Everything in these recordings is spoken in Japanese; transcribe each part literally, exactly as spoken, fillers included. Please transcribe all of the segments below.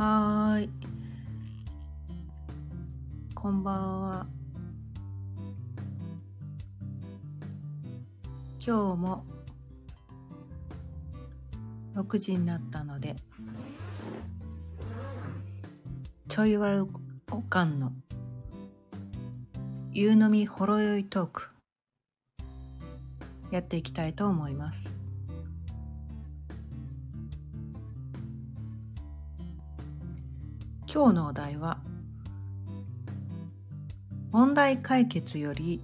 はーい、こんばんは。今日もろくじになったので、ちょいわるおかんの夕飲みほろ酔いトークやっていきたいと思います。今日のお題は、問題解決より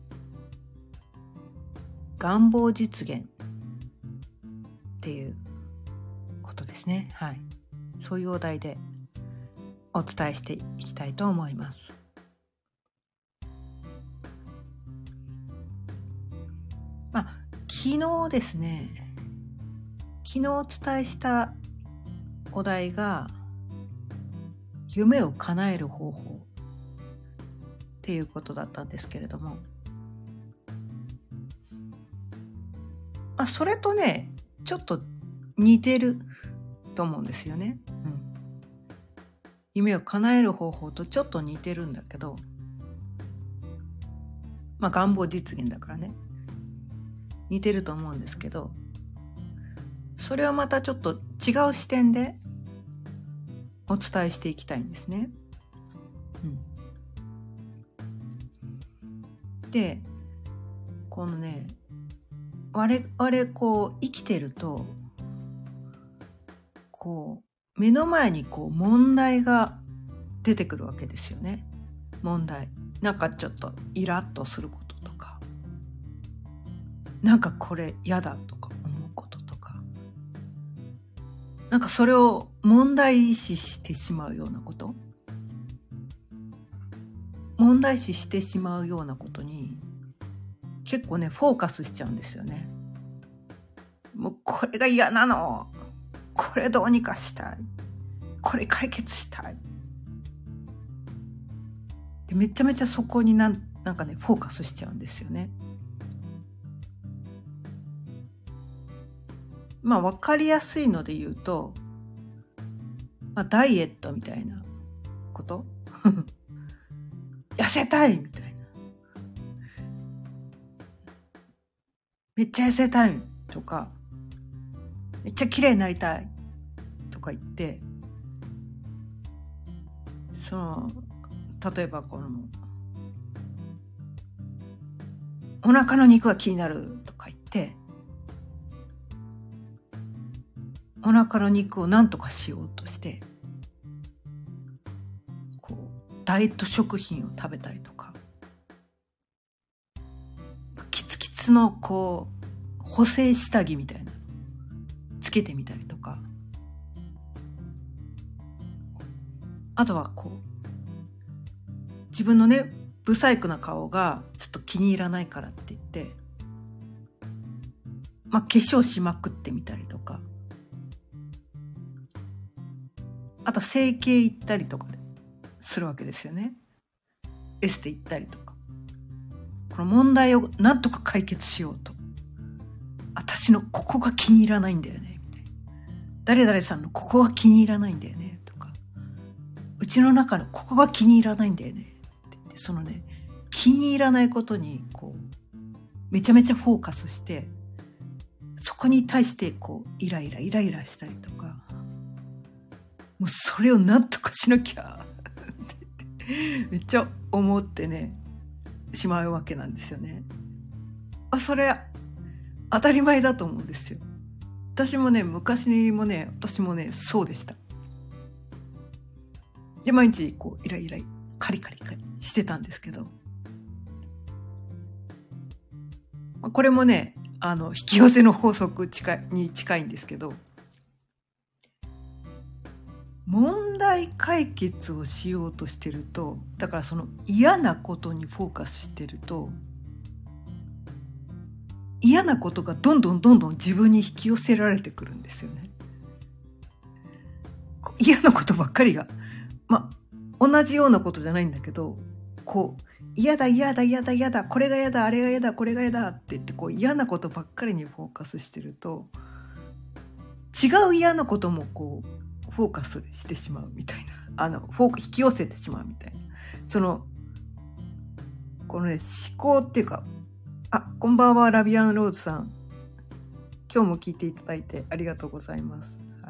願望実現っていうことですね。はい、そういうお題でお伝えしていきたいと思います。まあ、昨日ですね、昨日お伝えしたお題が夢を叶える方法っていうことだったんですけれども、まあ、それとねちょっと似てると思うんですよね、うん、夢を叶える方法とちょっと似てるんだけど、まあ願望実現だからね似てると思うんですけど、それをまたちょっと違う視点でお伝えしていきたいんですね、うん、でこのね我々こう生きてるとこう目の前にこう問題が出てくるわけですよね。問題なんかちょっとイラッとすることとか、なんかこれ嫌だとか思うこととか、なんかそれを問題視してしまうようなこと問題視してしまうようなことに結構ねフォーカスしちゃうんですよね。もうこれが嫌なの、これどうにかしたい、これ解決したいでめちゃめちゃそこになんなんかねフォーカスしちゃうんですよね。まあ分かりやすいので言うと、まあ、ダイエットみたいなこと痩せたいみたいな、めっちゃ痩せたいとか、めっちゃ綺麗になりたいとか言って、その例えばこのお腹の肉が気になるとか言ってお腹の肉を何とかしようとしてこうダイエット食品を食べたりとか、キツキツのこう補正下着みたいなのつけてみたりとか、あとはこう自分のねブサイクな顔がちょっと気に入らないからって言って、まあ、化粧しまくってみたりとか、あと整形行ったりとかするわけですよね。エステ行ったりとか、この問題をなんとか解決しようと、私のここが気に入らないんだよねみたいな、誰々さんのここが気に入らないんだよねとか、うちの中のここが気に入らないんだよねって言って、そのね気に入らないことにこうめちゃめちゃフォーカスして、そこに対してこうイライライライラしたりとか、もうそれをなんとかしなきゃってめっちゃ思ってねしまうわけなんですよね。あ、それ当たり前だと思うんですよ。私もね昔もね私もねそうでした。で毎日こうイライラカリカリカリしてたんですけど、これもねあの引き寄せの法則近いに近いんですけど、問題解決をしようとしてると、だからその嫌なことにフォーカスしてると、嫌なことがどんどんどんどん自分に引き寄せられてくるんですよね。嫌なことばっかりが、まあ同じようなことじゃないんだけど、こう嫌だ嫌だ嫌だ嫌だ、これが嫌だあれが嫌だこれが嫌だって言って、こう嫌なことばっかりにフォーカスしてると、違う嫌なこともこうフォーカスしてしまうみたいな、あのフォーク引き寄せてしまうみたいな、そのこのね思考っていうか、あ、こんばんはラビアンローズさん、今日も聞いていただいてありがとうございます。はい、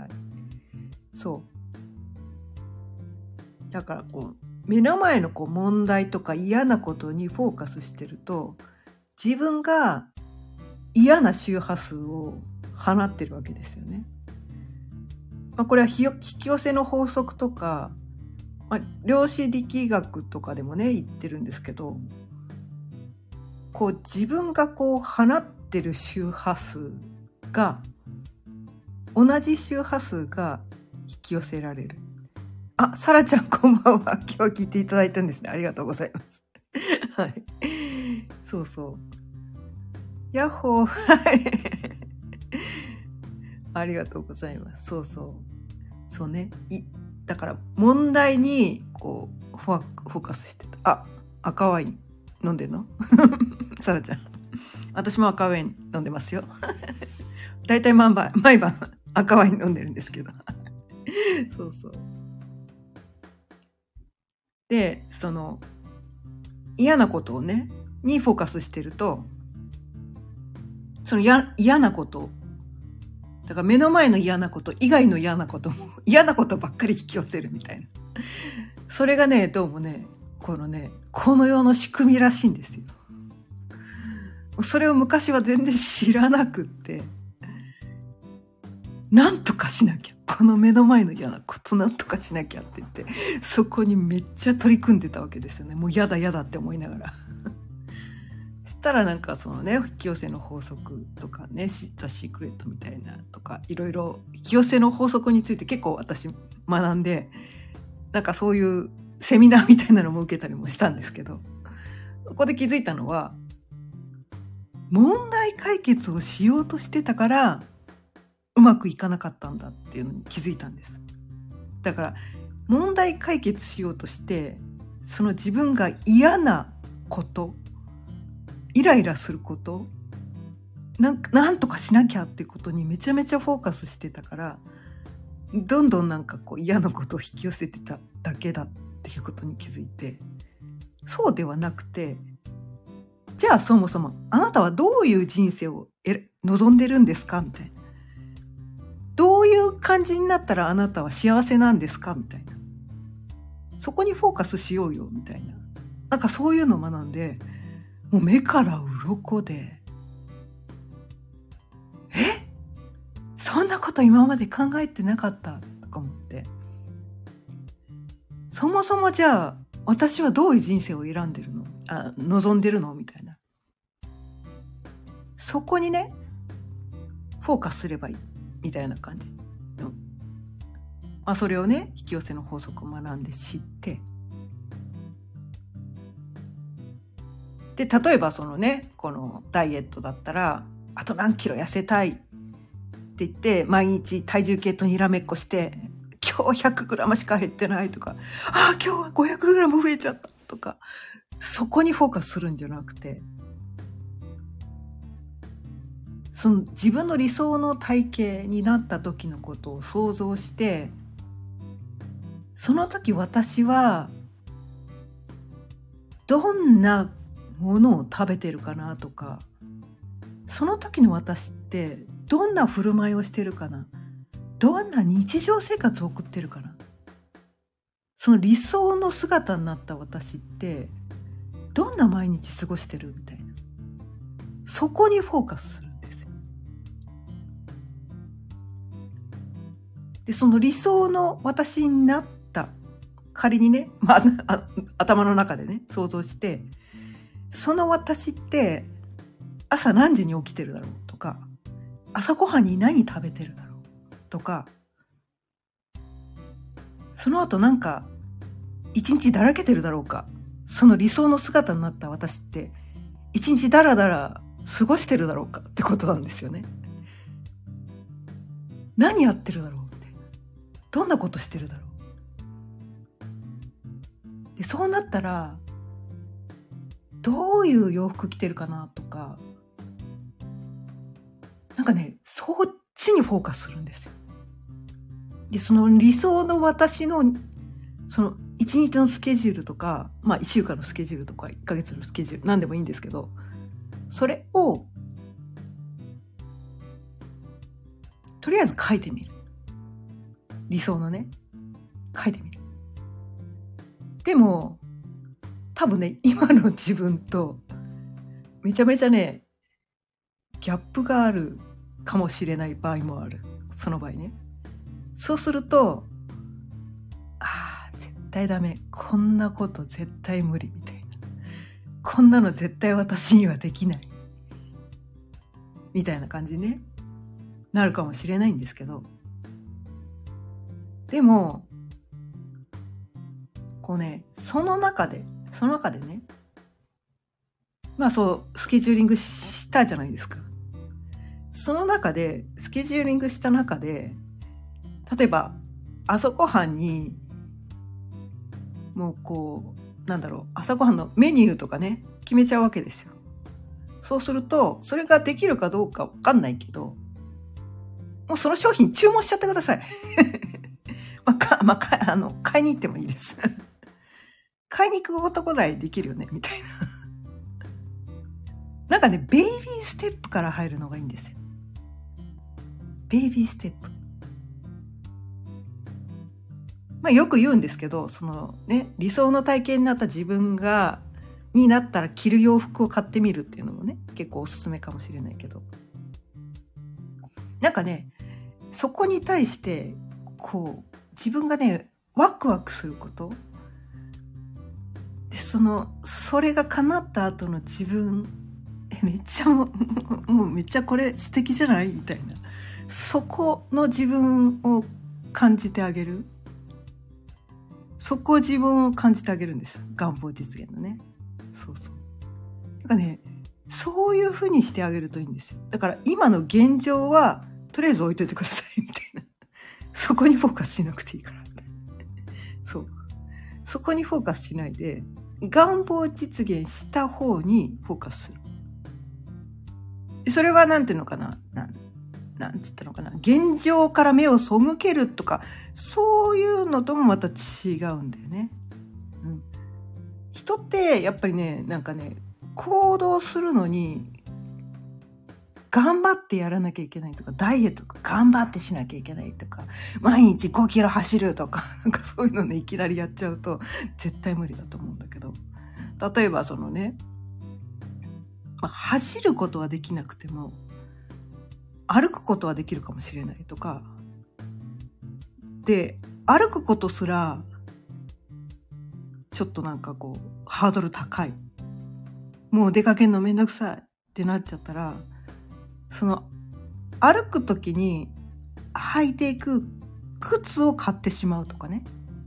そうだからこう目の前のこう問題とか嫌なことにフォーカスしてると、自分が嫌な周波数を放ってるわけですよね。まあ、これは引き寄せの法則とか、まあ、量子力学とかでもね言ってるんですけど、こう自分がこう放ってる周波数が同じ周波数が引き寄せられる。あ、サラちゃんこんばんは。今日は聞いていただいたんですね。ありがとうございます。はい。そうそう。ヤッホー。はい。ありがとうございます。そうそう。そうね。いだから問題にこうフォーカスしてた。あ、赤ワイン飲んでんの？サラちゃん。私も赤ワイン飲んでますよ。だいたい毎晩毎晩赤ワイン飲んでるんですけど。そうそう。で、その嫌なことをねにフォーカスしてると、そのや嫌なことだから目の前の嫌なこと以外の嫌なことも嫌なことばっかり引き寄せるみたいな、それがねどうもねこのねこの世の仕組みらしいんですよ。それを昔は全然知らなくって、なんとかしなきゃ、この目の前の嫌なことなんとかしなきゃって言って、そこにめっちゃ取り組んでたわけですよね。もう嫌だ嫌だって思いながらそしたらなんかそのね引き寄せの法則とかね、ザ・シークレットみたいなとか、いろいろ引き寄せの法則について結構私学んで、なんかそういうセミナーみたいなのも受けたりもしたんですけど、ここで気づいたのは、問題解決をしようとしてたからうまくいかなかったんだっていうのに気づいたんです。だから問題解決しようとして、その自分が嫌なこと、イライラすること、なんかなんとかしなきゃってことにめちゃめちゃフォーカスしてたから、どんどんなんかこう嫌なことを引き寄せてただけだっていうことに気づいて、そうではなくて、じゃあそもそもあなたはどういう人生を望んでるんですかみたいな、どういう感じになったらあなたは幸せなんですかみたいな、そこにフォーカスしようよみたいな、なんかそういうのを学んで、もう目から鱗で、えそんなこと今まで考えてなかったとか思って、そもそもじゃあ私はどういう人生を選んでるの、あ望んでるのみたいな、そこにねフォーカスすればいいみたいな感じ、うんまあ、それをね引き寄せの法則を学んで知って、で例えばそのねこのダイエットだったら、あと何キロ痩せたいって言って毎日体重計とにらめっこして、今日ひゃくグラムしか減ってないとか、ああ今日はごひゃくグラム増えちゃったとか、そこにフォーカスするんじゃなくて、その自分の理想の体型になった時のことを想像して、その時私はどんなものを食べてるかなとか、その時の私ってどんな振る舞いをしてるかな、どんな日常生活を送ってるかな、その理想の姿になった私ってどんな毎日過ごしてるみたいな、そこにフォーカスするんですよ。でその理想の私になった仮にね、まあ、頭の中でね想像して、その私って朝何時に起きてるだろうとか、朝ごはんに何食べてるだろうとか、その後なんか一日だらけてるだろうか、その理想の姿になった私って一日だらだら過ごしてるだろうかってことなんですよね。何やってるだろうって、どんなことしてるだろうで、そうなったらどういう洋服着てるかなとか、なんかねそっちにフォーカスするんですよ。 でその理想の私のそのいちにちのスケジュールとか、まあいっしゅうかんのスケジュールとかいっかげつのスケジュール何でもいいんですけど、それをとりあえず書いてみる。理想のね、書いてみる。でも多分ね、今の自分とめちゃめちゃねギャップがあるかもしれない場合もある。その場合ね、そうすると、あー絶対ダメ、こんなこと絶対無理みたいな、こんなの絶対私にはできないみたいな感じに、ね、なるかもしれないんですけど、でもこうね、その中でその中でね、まあそうスケジューリングしたじゃないですか。その中でスケジューリングした中で、例えば朝ごはんにもうこうなんだろう、朝ごはんのメニューとかね決めちゃうわけですよ。そうするとそれができるかどうか分かんないけど、もうその商品注文しちゃってください。まあ、かまあ、かあの買いに行ってもいいです。買いに行くことぐらいできるよねみたいな。なんかね、ベイビーステップから入るのがいいんですよ。ベイビーステップ。まあよく言うんですけど、そのね、理想の体型になった自分がになったら着る洋服を買ってみるっていうのもね、結構おすすめかもしれないけど、なんかね、そこに対してこう自分がねワクワクすることで、そのそれが叶った後の自分、えめっちゃもう、もうめっちゃこれ素敵じゃないみたいな、そこの自分を感じてあげる、そこを自分を感じてあげるんです。願望実現のね。そうそう。だからね、そういう風にしてあげるといいんですよ。だから今の現状はとりあえず置いといてくださいみたいな。そこにフォーカスしなくていいから。そう。そこにフォーカスしないで、願望実現した方にフォーカスする。それはなんていうのかな、なんなんつったのかな、現状から目を背けるとか、そういうのともまた違うんだよね。うん、人ってやっぱりね、なんかね、行動するのに頑張ってやらなきゃいけないとか、ダイエットとか頑張ってしなきゃいけないとか、毎日ごキロ走るとか、なんかそういうのね、いきなりやっちゃうと絶対無理だと思うんだけど、例えばそのね、まあ、走ることはできなくても歩くことはできるかもしれないとかで、歩くことすらちょっとなんかこうハードル高い、もう出かけるのめんどくさいってなっちゃったら、その歩く時に履いていく靴を買ってしまうとかね、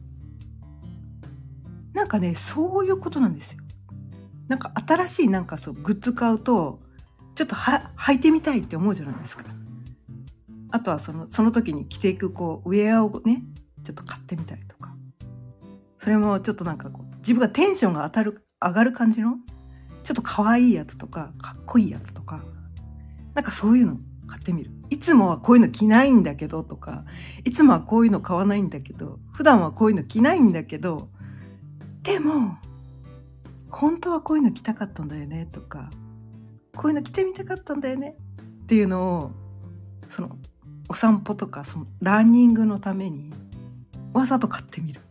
なんかね、そういうことなんですよ。なんか新しいなんかそうグッズ買うとちょっとは履いてみたいって思うじゃないですか。あとはそのその時に着ていくこうウェアをねちょっと買ってみたりとか、それもちょっとなんかこう自分がテンションが当たる上がる感じのちょっと可愛いやつとかかっこいいやつとか、なんかそういうの買ってみる。いつもはこういうの着ないんだけどとか、いつもはこういうの買わないんだけど、普段はこういうの着ないんだけど、でも本当はこういうの着たかったんだよねとか、こういうの着てみたかったんだよねっていうのを、そのお散歩とかそのランニングのためにわざと買ってみる。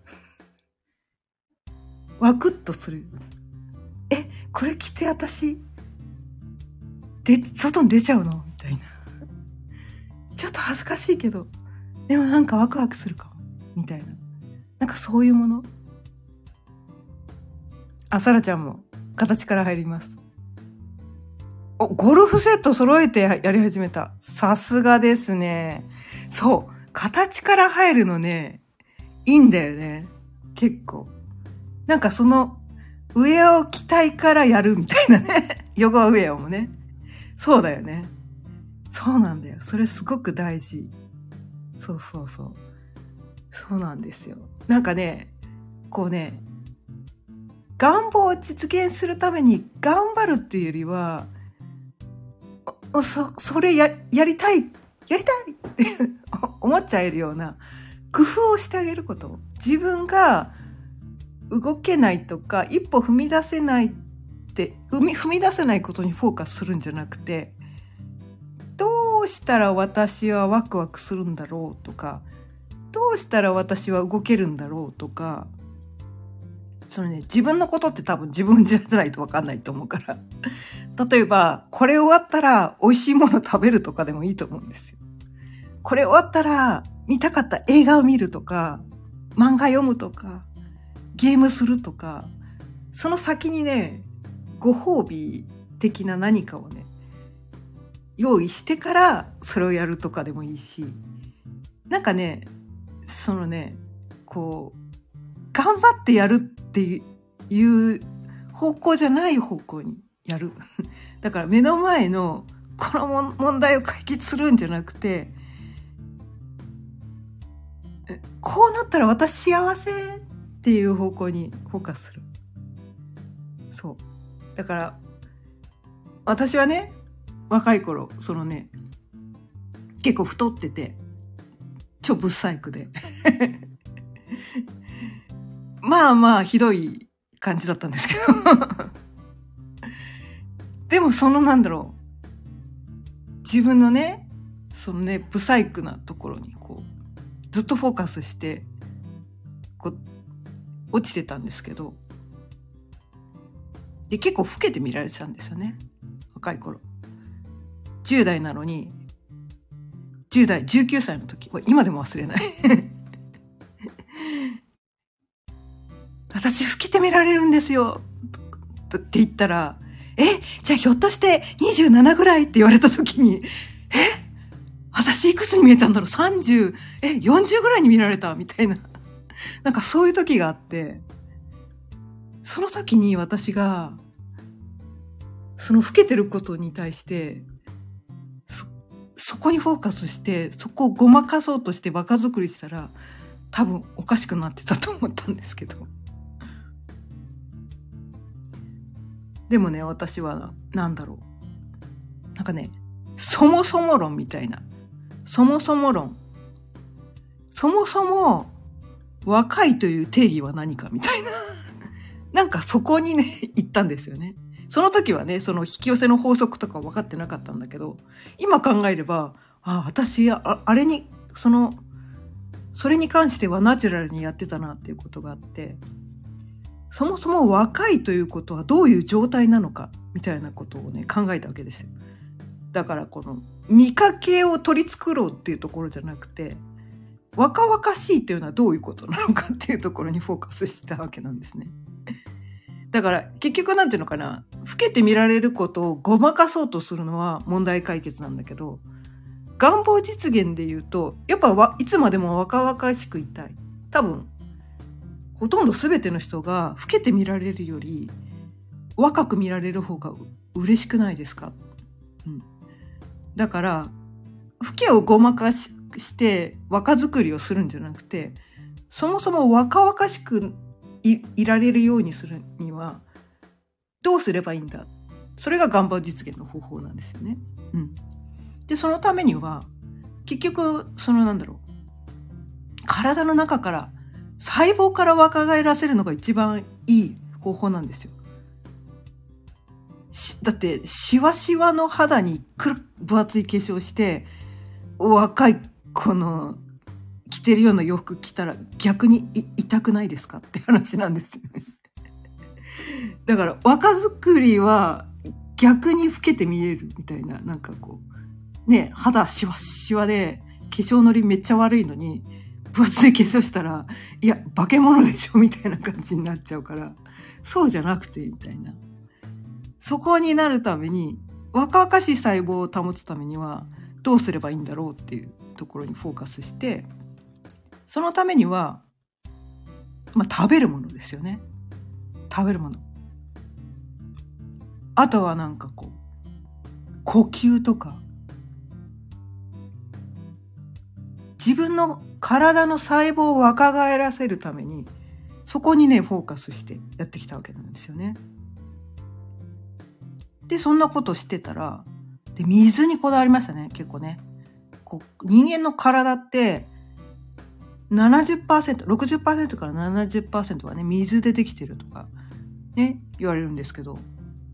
ワクッとする。え、これ着て私で外に出ちゃうのみたいな。ちょっと恥ずかしいけど、でもなんかワクワクするかもみたいな。なんかそういうもの。あ、さらちゃんも形から入ります。お、ゴルフセット揃えてやり始めた。さすがですね。そう、形から入るのね、いいんだよね。結構。なんかそのウェアを着たいからやるみたいなね。ヨガウェアもね。そうだよね。そうなんだよ。それすごく大事。そうそうそう。そうなんですよ。なんかね、こうね、願望を実現するために頑張るっていうよりは、そ, それ や, やりたいやりたいって思っちゃえるような工夫をしてあげること。自分が動けないとか一歩踏み出せないって踏み出せないことにフォーカスするんじゃなくて、どうしたら私はワクワクするんだろうとか、どうしたら私は動けるんだろうとか、そのね、自分のことって多分自分じゃないと分かんないと思うから、例えばこれ終わったら美味しいもの食べるとかでもいいと思うんですよ。これ終わったら見たかった映画を見るとか、漫画読むとか、ゲームするとか、その先にね、ご褒美的な何かをね、用意してからそれをやるとかでもいいし、なんかね、そのね、こう頑張ってやるっていう方向じゃない方向にやる。だから目の前のこの問題を解決するんじゃなくて、こうなったら私幸せっていう方向にフォーカスする。そう。だから私はね、若い頃そのね、結構太ってて超ブサイクでまあまあひどい感じだったんですけどでもそのなんだろう、自分のね、そのねブサイクなところにこうずっとフォーカスしてこう落ちてたんですけど、で結構老けて見られてたんですよね、若い頃。じゅう代なのに、じゅう代じゅうきゅうさいの時、今でも忘れない私老けて見られるんですよって言ったら、え、じゃあひょっとしてにじゅうななぐらいって言われた時に、え、私いくつに見えたんだろう、さんじゅう、え、よんじゅうぐらいに見られたみたいな、なんかそういう時があって、その時に私がその老けてることに対してそ, そこにフォーカスして、そこをごまかそうとしてバカ作りしたら多分おかしくなってたと思ったんですけど、でもね、私はなんだろう、なんかね、そもそも論みたいな、そもそも論、そもそも若いという定義は何かみたいななんかそこにね行ったんですよね。その時はね、その引き寄せの法則とか分かってなかったんだけど、今考えれば、あ、私 あ, あれにそのそれに関してはナチュラルにやってたなっていうことがあって、そもそも若いということはどういう状態なのかみたいなことをね考えたわけですよ。だからこの見かけを取り繕うっていうところじゃなくて、若々しいというのはどういうことなのかっていうところにフォーカスしたわけなんですね。だから結局なんていうのかな、老けて見られることをごまかそうとするのは問題解決なんだけど、願望実現で言うとやっぱわいつまでも若々しくいたい。多分ほとんど全ての人が老けて見られるより若く見られる方が嬉しくないですか、うん、だから老けをごまかしして若作りをするんじゃなくて、そもそも若々しく い, いられるようにするにはどうすればいいんだ、それが願望実現の方法なんですよね、うん、でそのためには結局そのなんだろう、体の中から細胞から若返らせるのが一番いい方法なんですよ。だってシワシワの肌にくる分厚い化粧して若いこの着てるような洋服着たら逆に痛くないですかって話なんですよね。だから若作りは逆に老けて見えるみたいな、なんかこうね、肌シワシワで化粧のりめっちゃ悪いのに分厚い化粧したら、いや化け物でしょみたいな感じになっちゃうから、そうじゃなくてみたいな、そこになるために若々しい細胞を保つためにはどうすればいいんだろうっていうところにフォーカスして、そのためには、まあ、食べるものですよね。食べるもの。あとはなんかこう呼吸とか、自分の体の細胞を若返らせるためにそこにねフォーカスしてやってきたわけなんですよね。でそんなことしてたら、で水にこだわりましたね、結構ね。こう人間の体ってななじゅっパーセント、ろくじゅっパーセントからななじゅっパーセントはね、水でできてるとか、ね、言われるんですけど。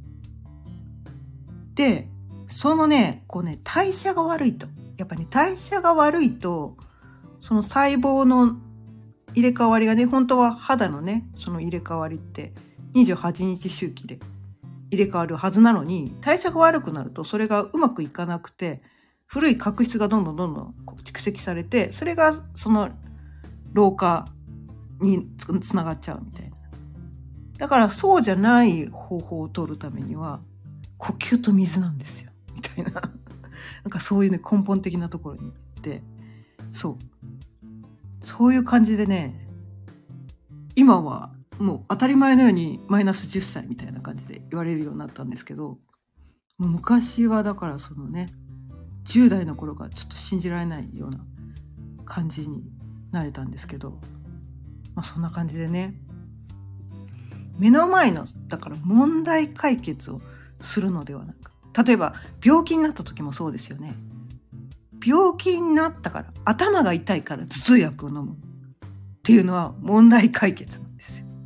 で、そのね、こうね、代謝が悪いと。やっぱり、ね、代謝が悪いと、その細胞の入れ替わりがね、本当は肌のね、その入れ替わりってにじゅうはちにち周期で入れ替わるはずなのに、代謝が悪くなるとそれがうまくいかなくて、古い角質がどんどんどんどん蓄積されて、それがその老化につながっちゃうみたいな。だからそうじゃない方法を取るためには呼吸と水なんですよみたいななんかそういうね根本的なところに行って、そうそういう感じでね、今はもう当たり前のようにマイナスじゅっさいみたいな感じで言われるようになったんですけど、もう昔はだからそのねじゅう代の頃がちょっと信じられないような感じになれたんですけど、まあそんな感じでね、目の前のだから問題解決をするのではなく、例えば病気になった時もそうですよね。病気になったから頭が痛いから頭痛薬を飲むっていうのは問題解決なんですよ。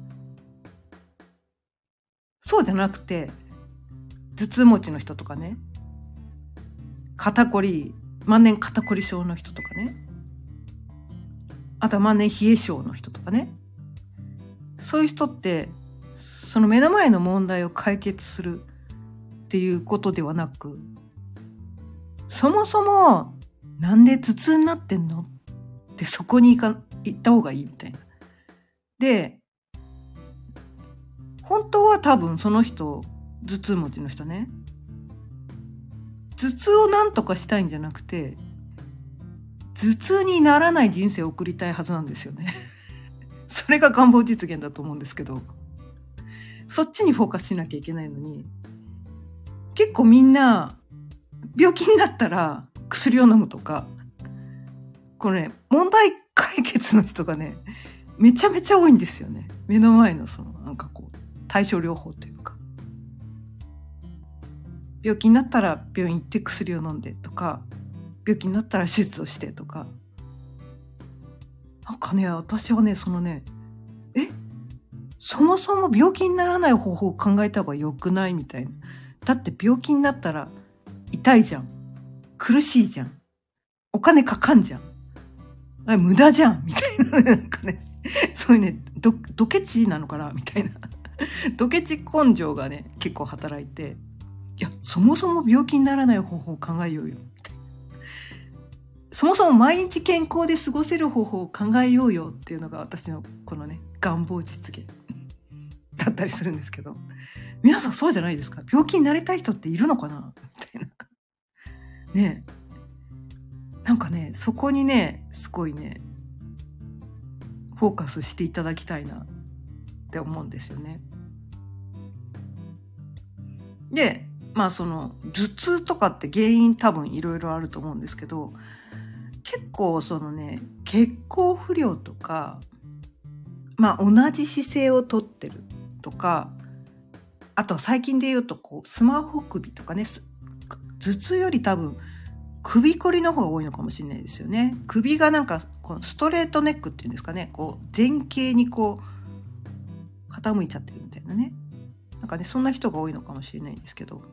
そうじゃなくて、頭痛持ちの人とかね、肩こり万年肩こり症の人とかね、あとは万年冷え症の人とかね、そういう人ってその目の前の問題を解決するっていうことではなく、そもそもなんで頭痛になってんのってそこに行か行った方がいいみたいな。で、本当は多分その人、頭痛持ちの人ね、頭痛をなんとかしたいんじゃなくて、頭痛にならない人生を送りたいはずなんですよね。それが願望実現だと思うんですけど、そっちにフォーカスしなきゃいけないのに、結構みんな病気になったら薬を飲むとか、これね、問題解決の人がね、めちゃめちゃ多いんですよね。目の前のそのなんかこう対症療法というか、病気になったら病院行って薬を飲んでとか、病気になったら手術をしてとか、なんかね、私はね、そのね、え、そもそも病気にならない方法を考えた方が良くないみたいな。だって病気になったら痛いじゃん、苦しいじゃん、お金かかんじゃん、あれ無駄じゃんみたいな、なんかね、そういうね、どドケチなのかなみたいな、ドケチ根性がね結構働いて、いやそもそも病気にならない方法を考えようよみたいな、そもそも毎日健康で過ごせる方法を考えようよっていうのが私のこのね願望実現だったりするんですけど、皆さんそうじゃないですか？病気になりたい人っているのかなみたいなねえ、なんかね、そこにねすごいねフォーカスしていただきたいなって思うんですよね。で、まあその頭痛とかって原因多分いろいろあると思うんですけど、結構そのね血行不良とか、まあ同じ姿勢をとってるとか、あとは最近で言うとこうスマホ首とかね、頭痛より多分首こりの方が多いのかもしれないですよね。首がなんかこのストレートネックっていうんですかね、こう前傾にこう傾いちゃってるみたいなね、なんかねそんな人が多いのかもしれないんですけど、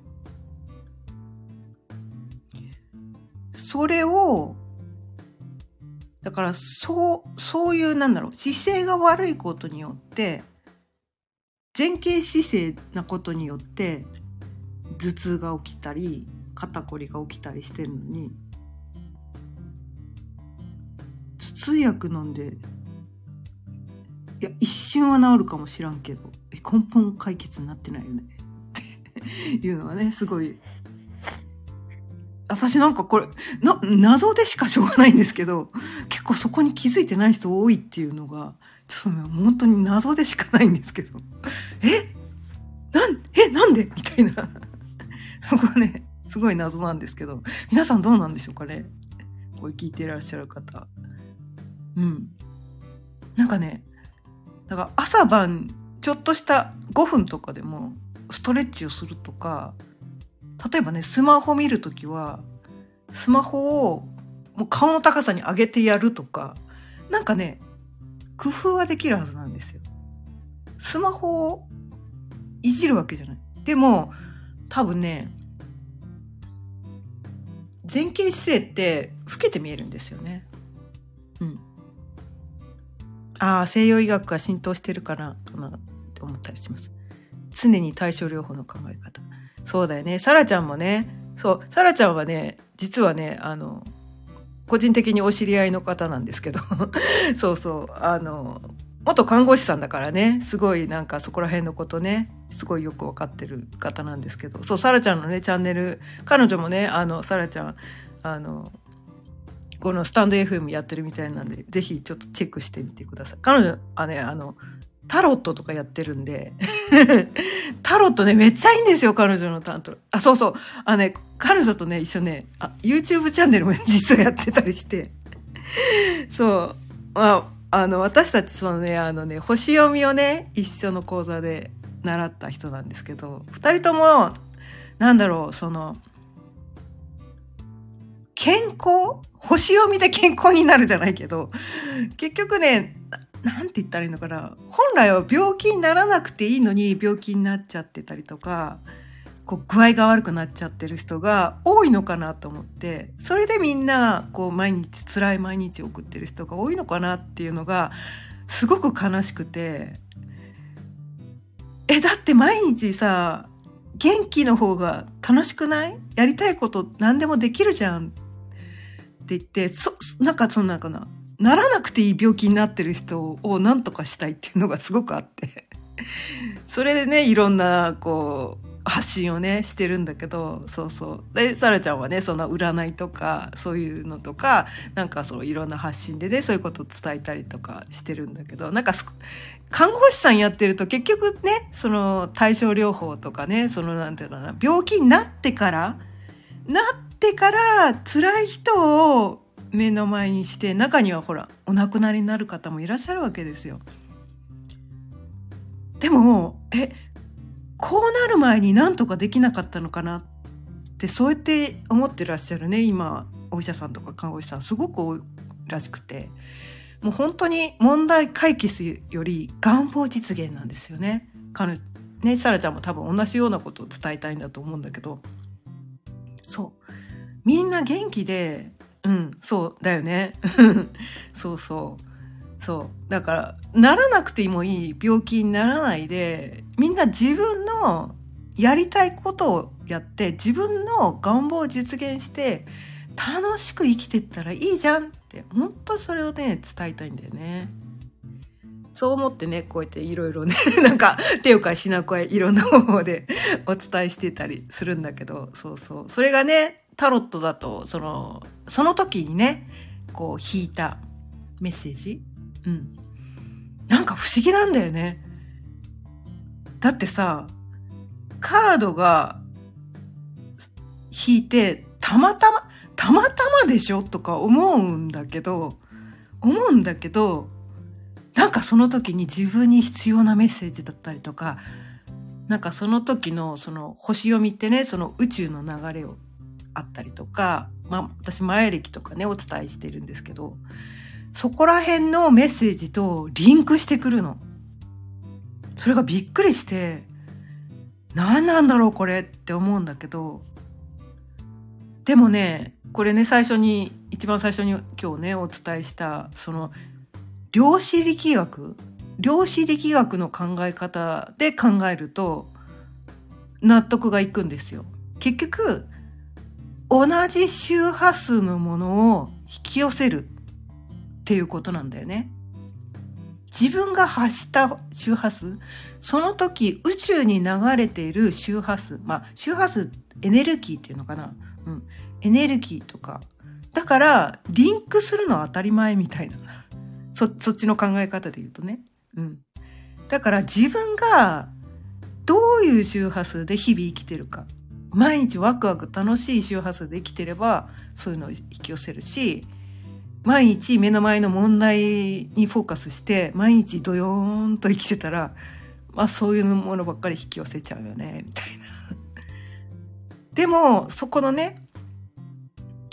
それをだからそうそういうなんだろう、姿勢が悪いことによって前傾姿勢なことによって頭痛が起きたり肩こりが起きたりしてるのに、頭痛薬飲んで、いや一瞬は治るかもしらんけどえ根本解決になってないよねっていうのがねすごい、私なんかこれな謎でしかしょうがないんですけど、結構そこに気づいてない人多いっていうのがちょっと、ね、本当に謎でしかないんですけど、えなんえなんでみたいなそこはねすごい謎なんですけど、皆さんどうなんでしょうかね、これ聞いていらっしゃる方。うん、なんかね、だから朝晩ちょっとしたごふんとかでもストレッチをするとか、例えばねスマホ見るときはスマホをもう顔の高さに上げてやるとか、 なんかね、工夫はできるはずなんですよ。スマホをいじるわけじゃない。でも多分ね、前傾姿勢って老けて見えるんですよね。うん。ああ、西洋医学が浸透してるからかなって思ったりします。常に対症療法の考え方。そうだよね。サラちゃんもね、そう、サラちゃんはね、実はね、あの、個人的にお知り合いの方なんですけど、そうそう、あの、元看護師さんだからね、すごいなんかそこら辺のことね、すごいよくわかってる方なんですけど、そう、サラちゃんのね、チャンネル、彼女もね、あの、サラちゃん、あの、このスタンド エフエム やってるみたいなんで、ぜひちょっとチェックしてみてください。彼女はね、あの、タロットとかやってるんで、タロットね、めっちゃいいんですよ、彼女のタロット。あ、そうそう。あね、彼女とね、一緒ね、あ、YouTube チャンネルも実はやってたりして、そう。まあ、あの、私たち、そのね、あのね、星読みをね、一緒の講座で習った人なんですけど、二人とも、なんだろう、その、健康星読みで健康になるじゃないけど、結局ね、なんて言ったらいいのかな、本来は病気にならなくていいのに病気になっちゃってたりとか、こう具合が悪くなっちゃってる人が多いのかなと思って、それでみんなこう毎日辛い毎日を送ってる人が多いのかなっていうのがすごく悲しくて、え、だって毎日さ、元気の方が楽しくない？やりたいこと何でもできるじゃんって言って、そなんかそんなかな、ならなくていい病気になってる人を何とかしたいっていうのがすごくあってそれでね、いろんなこう発信をねしてるんだけど、そうそう。でサラちゃんはね、その占いとかそういうのとか、なんかそういろんな発信でね、そういうことを伝えたりとかしてるんだけど、なんか看護師さんやってると結局ね、その対症療法とかね、そのなんていうのかな、病気になってからなってから辛い人を目の前にして、中にはほらお亡くなりになる方もいらっしゃるわけですよ。でもえこうなる前に何とかできなかったのかなって、そうやって思ってらっしゃるね、今お医者さんとか看護師さんすごく多いらしくて、もう本当に問題解決より願望実現なんですよね。彼ね、サラちゃんも多分同じようなことを伝えたいんだと思うんだけど、そうみんな元気で、うんそうだよねそうそうそうだから、ならなくてもいい病気にならないで、みんな自分のやりたいことをやって自分の願望を実現して楽しく生きてったらいいじゃんって、本当それをね伝えたいんだよね。そう思ってね、こうやっていろいろねなんか手を変え品を変えいろんな方法でお伝えしてたりするんだけど、そうそう、それがねタロットだと、そのその時にねこう引いたメッセージ、うん、なんか不思議なんだよね。だってさ、カードが引いてたまたまたまたまでしょとか思うんだけど思うんだけどなんかその時に自分に必要なメッセージだったりとか、なんかその時のその星読みってね、その宇宙の流れをあったりとか、まあ私前歴とかねお伝えしてるんですけど、そこら辺のメッセージとリンクしてくるの。それがびっくりして、何なんだろうこれって思うんだけど、でもね、これね、最初に一番最初に今日ねお伝えしたその量子力学量子力学の考え方で考えると納得がいくんですよ。結局同じ周波数のものを引き寄せるっていうことなんだよね。自分が発した周波数、その時宇宙に流れている周波数、まあ周波数エネルギーっていうのかな、うん、エネルギーとかだからリンクするのは当たり前みたいなそ, そっちの考え方で言うとね、うん、だから自分がどういう周波数で日々生きてるか、毎日ワクワク楽しい周波数で生きてればそういうのを引き寄せるし、毎日目の前の問題にフォーカスして毎日ドヨーンと生きてたら、まあそういうものばっかり引き寄せちゃうよねみたいなでもそこのね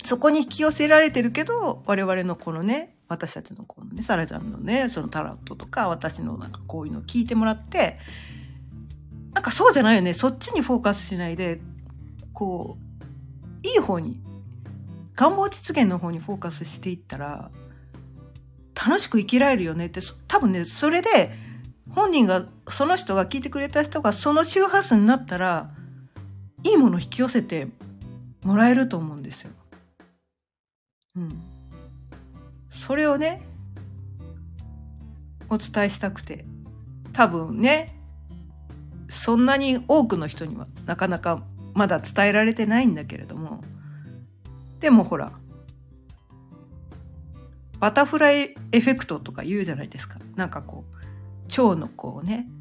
そこに引き寄せられてるけど、我々のこのね、私たちのこのね、サラちゃんのね、そのタロットとか、私のなんかこういうのを聞いてもらって、なんかそうじゃないよね。そっちにフォーカスしないで、こう、いい方に、願望実現の方にフォーカスしていったら、楽しく生きられるよねって、多分ね、それで、本人が、その人が聞いてくれた人がその周波数になったら、いいものを引き寄せてもらえると思うんですよ。うん。それをね、お伝えしたくて、多分ね、そんなに多くの人にはなかなかまだ伝えられてないんだけれども、でもほら、バタフライエフェクトとか言うじゃないですか。なんかこう、蝶のこうね、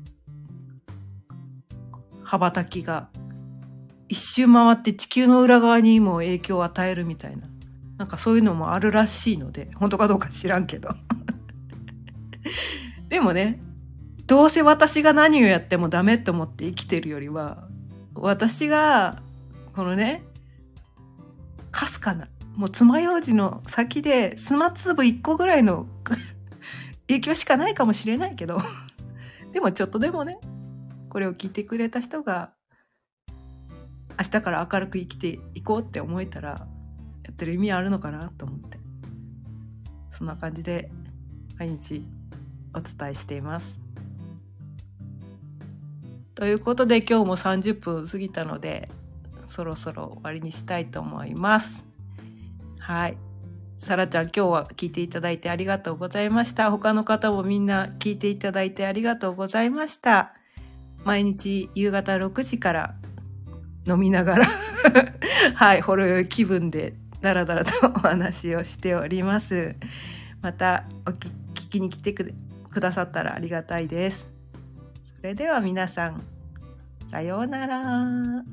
羽ばたきが一周回って地球の裏側にも影響を与えるみたいな、なんかそういうのもあるらしいので、本当かどうか知らんけど。でもね、どうせ私が何をやってもダメって思って生きてるよりは、私がこのね、かすかな、もう爪楊枝の先で砂粒いっこぐらいの影響しかないかもしれないけど、でもちょっとでもね、これを聞いてくれた人が明日から明るく生きていこうって思えたら、やってる意味あるのかなと思って、そんな感じで毎日お伝えしています。ということで今日もさんじゅっぷん過ぎたので、そろそろ終わりにしたいと思います。はい。さらちゃん、今日は聞いていただいてありがとうございました。他の方もみんな聞いていただいてありがとうございました。毎日夕方ろくじから飲みながらはい、ほろ酔い気分でだらだらとお話をしております。またお聞きに来てくださったらありがたいです。それでは皆さん、さようなら。